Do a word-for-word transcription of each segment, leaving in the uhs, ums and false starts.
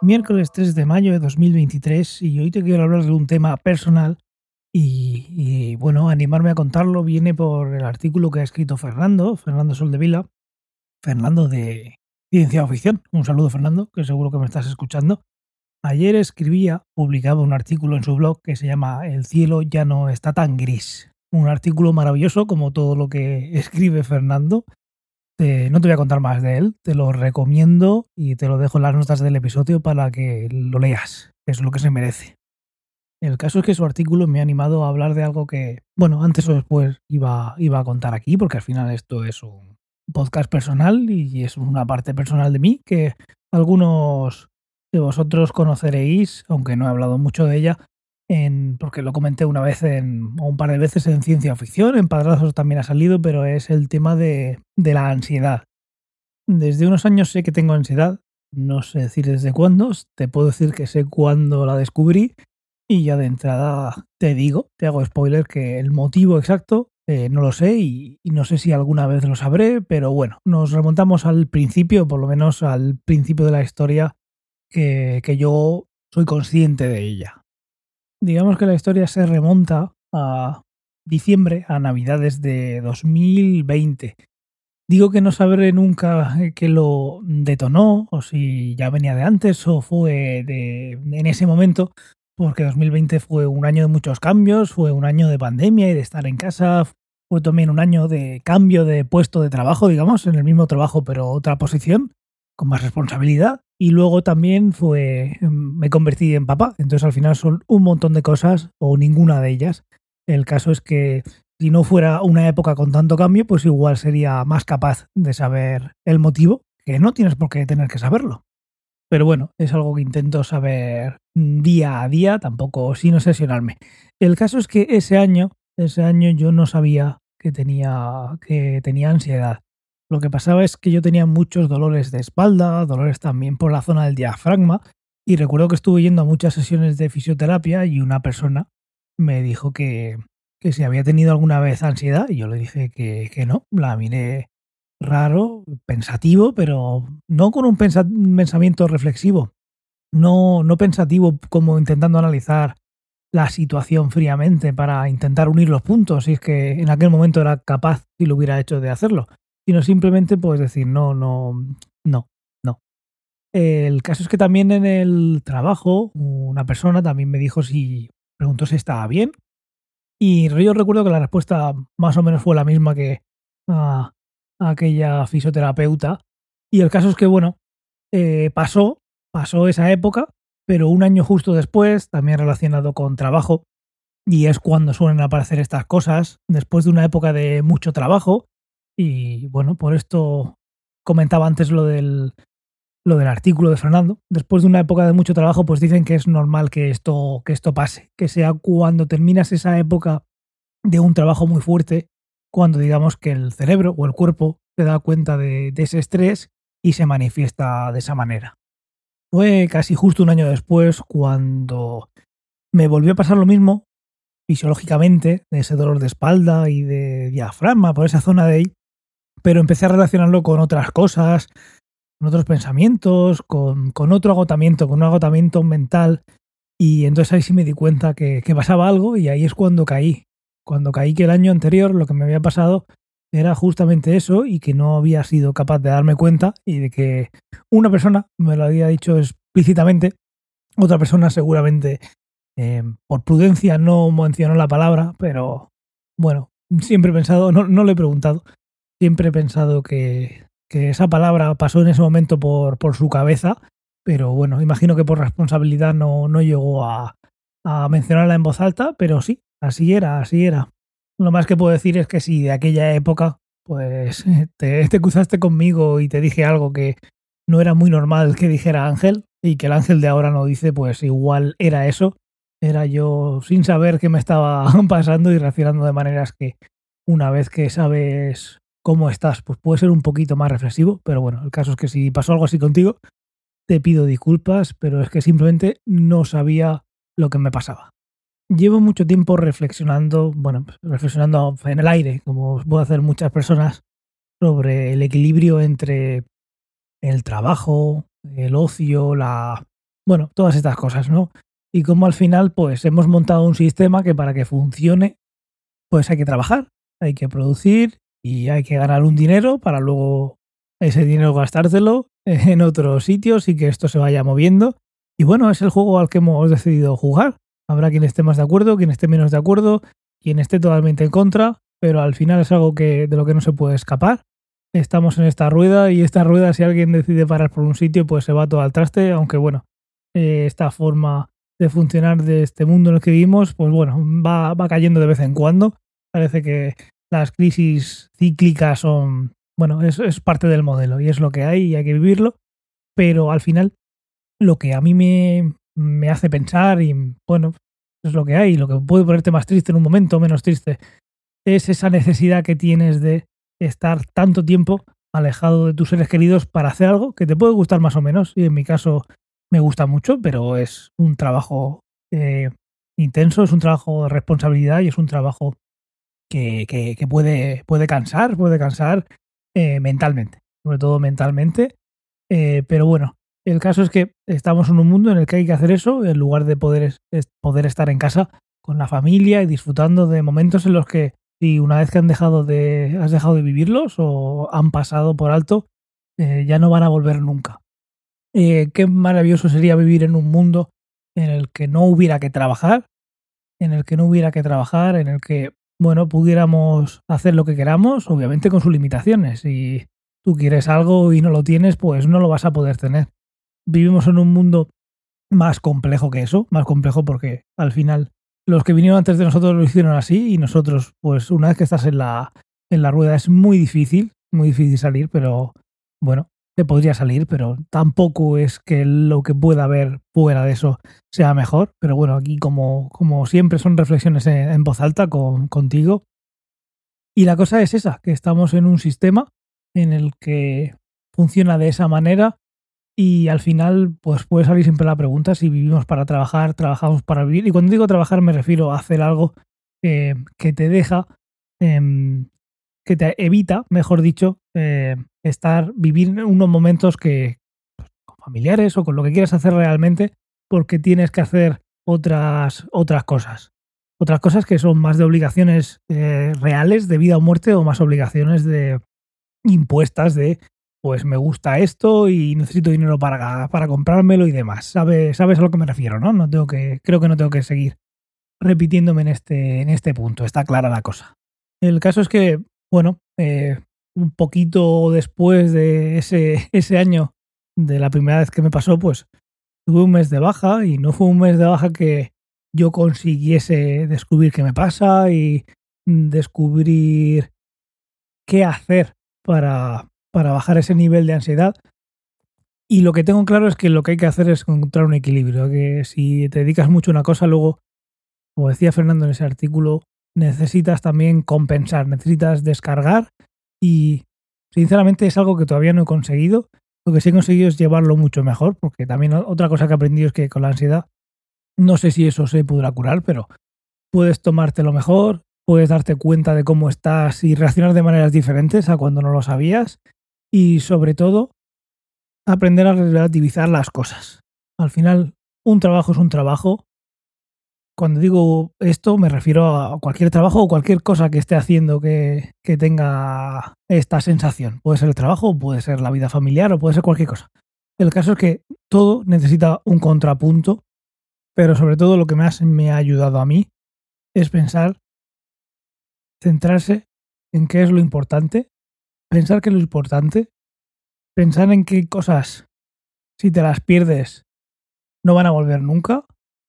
Miércoles tres de mayo de dos mil veintitrés y hoy te quiero hablar de un tema personal y, y, bueno, animarme a contarlo viene por el artículo que ha escrito Fernando, Fernando Soldevila, Fernando de Ciencia o Ficción. Un saludo, Fernando, que seguro que me estás escuchando. Ayer escribía, publicaba un artículo en su blog que se llama El cielo ya no está tan gris. Un artículo maravilloso como todo lo que escribe Fernando. Te- no te voy a contar más de él, te lo recomiendo y te lo dejo en las notas del episodio para que lo leas, que es lo que se merece. El caso es que su artículo me ha animado a hablar de algo que, bueno, antes o después iba, iba a contar aquí, porque al final esto es un podcast personal y es una parte personal de mí que algunos de vosotros conoceréis, aunque no he hablado mucho de ella, en, porque lo comenté una vez en, o un par de veces en Ciencia o Ficción, en Padrazos también ha salido, pero es el tema de, de la ansiedad. Desde unos años sé que tengo ansiedad, no sé decir desde cuándo, te puedo decir que sé cuándo la descubrí y ya de entrada te digo, te hago spoiler que el motivo exacto eh, no lo sé y, y no sé si alguna vez lo sabré, pero bueno, nos remontamos al principio, por lo menos al principio de la historia que, que yo soy consciente de ella. Digamos que la historia se remonta a diciembre, a Navidades de dos mil veinte. Digo que no sabré nunca eh, qué lo detonó, o si ya venía de antes, o fue de, en ese momento, porque dos mil veinte fue un año de muchos cambios, fue un año de pandemia y de estar en casa, fue también un año de cambio de puesto de trabajo, digamos, en el mismo trabajo, pero otra posición, con más responsabilidad. Y luego también fue, mm, me convertí en papá, entonces al final son un montón de cosas, o ninguna de ellas. El caso es que si no fuera una época con tanto cambio, pues igual sería más capaz de saber el motivo, que no tienes por qué tener que saberlo. Pero bueno, es algo que intento saber día a día, tampoco sin obsesionarme. El caso es que ese año, ese año yo no sabía que tenía, que tenía ansiedad. Lo que pasaba es que yo tenía muchos dolores de espalda, dolores también por la zona del diafragma, y recuerdo que estuve yendo a muchas sesiones de fisioterapia y una persona me dijo que, que si había tenido alguna vez ansiedad, y yo le dije que, que no, la miré raro, pensativo, pero no con un pensa- un pensamiento reflexivo, no, no pensativo como intentando analizar la situación fríamente para intentar unir los puntos, si es que en aquel momento era capaz, si lo hubiera hecho, de hacerlo, sino simplemente pues decir no, no, no, no. El caso es que también en el trabajo una persona también me dijo si, preguntó si estaba bien y yo recuerdo que la respuesta más o menos fue la misma que a, a aquella fisioterapeuta. Y el caso es que, bueno, eh, pasó, pasó esa época, pero un año justo después, también relacionado con trabajo, y es cuando suelen aparecer estas cosas, después de una época de mucho trabajo. Y bueno, por esto comentaba antes lo del, lo del artículo de Fernando. Después de una época de mucho trabajo, pues dicen que es normal que esto, que esto pase, que sea cuando terminas esa época de un trabajo muy fuerte, cuando digamos que el cerebro o el cuerpo se da cuenta de, de ese estrés y se manifiesta de esa manera. Fue casi justo un año después cuando me volvió a pasar lo mismo fisiológicamente, de ese dolor de espalda y de diafragma por esa zona de ahí, pero empecé a relacionarlo con otras cosas, con otros pensamientos, con, con otro agotamiento, con un agotamiento mental. Y entonces ahí sí me di cuenta que, que pasaba algo y ahí es cuando caí. Cuando caí que el año anterior lo que me había pasado era justamente eso y que no había sido capaz de darme cuenta y de que una persona me lo había dicho explícitamente, otra persona seguramente eh, por prudencia no mencionó la palabra, pero bueno, siempre he pensado, no, no le he preguntado, siempre he pensado que, que esa palabra pasó en ese momento por, por su cabeza, pero bueno, imagino que por responsabilidad no, no llegó a, a mencionarla en voz alta, pero sí, así era, así era. Lo más que puedo decir es que si de aquella época, pues te, te cruzaste conmigo y te dije algo que no era muy normal que dijera Ángel y que el Ángel de ahora no dice, pues igual era eso. Era yo sin saber qué me estaba pasando y reaccionando de maneras que una vez que sabes cómo estás, pues puede ser un poquito más reflexivo, pero bueno, el caso es que si pasó algo así contigo, te pido disculpas, pero es que simplemente no sabía lo que me pasaba. Llevo mucho tiempo reflexionando, bueno, pues, reflexionando en el aire, como pueden hacer muchas personas, sobre el equilibrio entre el trabajo, el ocio, la, Bueno, todas estas cosas, ¿no? Y cómo al final, pues hemos montado un sistema que para que funcione, pues hay que trabajar, hay que producir y hay que ganar un dinero para luego ese dinero gastártelo en otros sitios y que esto se vaya moviendo. Y bueno, es el juego al que hemos decidido jugar. Habrá quien esté más de acuerdo, quien esté menos de acuerdo, quien esté totalmente en contra, pero al final es algo que, de lo que no se puede escapar. Estamos en esta rueda y esta rueda, si alguien decide parar por un sitio, pues se va todo al traste, aunque bueno, eh, esta forma de funcionar de este mundo en el que vivimos, pues bueno, va, va cayendo de vez en cuando. Parece que las crisis cíclicas son, bueno, es, es parte del modelo y es lo que hay y hay que vivirlo, pero al final lo que a mí me, me hace pensar y bueno, es lo que hay, lo que puede ponerte más triste en un momento, menos triste, es esa necesidad que tienes de estar tanto tiempo alejado de tus seres queridos para hacer algo que te puede gustar más o menos. Y en mi caso me gusta mucho, pero es un trabajo eh, intenso, es un trabajo de responsabilidad y es un trabajo que, que, que puede, puede cansar, puede cansar eh, mentalmente, sobre todo mentalmente. Eh, pero bueno, el caso es que estamos en un mundo en el que hay que hacer eso en lugar de poder, es- es- poder estar en casa con la familia y disfrutando de momentos en los que si una vez que han dejado de, has dejado de vivirlos o han pasado por alto, eh, ya no van a volver nunca. Eh, qué maravilloso sería vivir en un mundo en el que no hubiera que trabajar, en el que no hubiera que trabajar, en el que, bueno, pudiéramos hacer lo que queramos, obviamente con sus limitaciones. Si tú quieres algo y no lo tienes, pues no lo vas a poder tener. Vivimos en un mundo más complejo que eso, más complejo porque al final los que vinieron antes de nosotros lo hicieron así y nosotros, pues una vez que estás en la, en la rueda es muy difícil, muy difícil salir, pero bueno, te podría salir, pero tampoco es que lo que pueda haber fuera de eso sea mejor. Pero bueno, aquí como, como siempre son reflexiones en, en voz alta con, contigo. Y la cosa es esa, que estamos en un sistema en el que funciona de esa manera y al final, pues puede salir siempre la pregunta si vivimos para trabajar, trabajamos para vivir. Y cuando digo trabajar me refiero a hacer algo eh, que te deja, em, que te evita, mejor dicho, eh, estar, vivir unos momentos que con familiares o con lo que quieras hacer realmente, porque tienes que hacer otras, otras cosas. Otras cosas que son más de obligaciones eh, reales de vida o muerte o más obligaciones de impuestas de pues me gusta esto y necesito dinero para, para comprármelo y demás. ¿Sabes, sabes a lo que me refiero, no? No tengo que, creo que no tengo que seguir repitiéndome en este, en este punto. Está clara la cosa. El caso es que, bueno, eh, un poquito después de ese, ese año de la primera vez que me pasó, pues tuve un mes de baja y no fue un mes de baja que yo consiguiese descubrir qué me pasa y descubrir qué hacer para, para bajar ese nivel de ansiedad. Y lo que tengo claro es que lo que hay que hacer es encontrar un equilibrio, que si te dedicas mucho a una cosa, luego, como decía Fernando en ese artículo, necesitas también compensar, necesitas descargar y sinceramente es algo que todavía no he conseguido. Lo que sí he conseguido es llevarlo mucho mejor, porque también otra cosa que he aprendido es que con la ansiedad, no sé si eso se podrá curar, pero puedes tomártelo mejor, puedes darte cuenta de cómo estás y reaccionar de maneras diferentes a cuando no lo sabías y sobre todo aprender a relativizar las cosas. Al final, un trabajo es un trabajo. Cuando digo esto me refiero a cualquier trabajo o cualquier cosa que esté haciendo que, que tenga esta sensación. Puede ser el trabajo, puede ser la vida familiar o puede ser cualquier cosa. El caso es que todo necesita un contrapunto, pero sobre todo lo que más me ha ayudado a mí es pensar, centrarse en qué es lo importante, pensar que es lo importante, pensar en qué cosas, si te las pierdes, no van a volver nunca.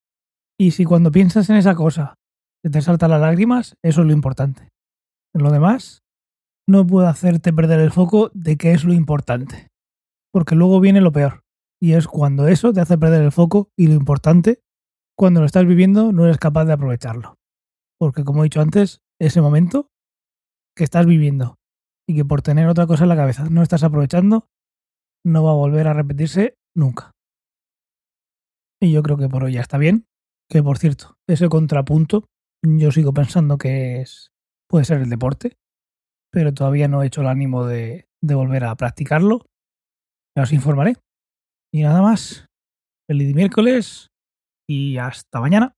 Y si cuando piensas en esa cosa se te saltan las lágrimas, eso es lo importante. En lo demás, no puede hacerte perder el foco de qué es lo importante. Porque luego viene lo peor. Y es cuando eso te hace perder el foco y lo importante, cuando lo estás viviendo, no eres capaz de aprovecharlo. Porque como he dicho antes, ese momento que estás viviendo y que por tener otra cosa en la cabeza no estás aprovechando, no va a volver a repetirse nunca. Y yo creo que por hoy ya está bien. Que por cierto, ese contrapunto, yo sigo pensando que es, puede ser el deporte, pero todavía no he hecho el ánimo de, de volver a practicarlo. Ya os informaré. Y nada más. Feliz miércoles y hasta mañana.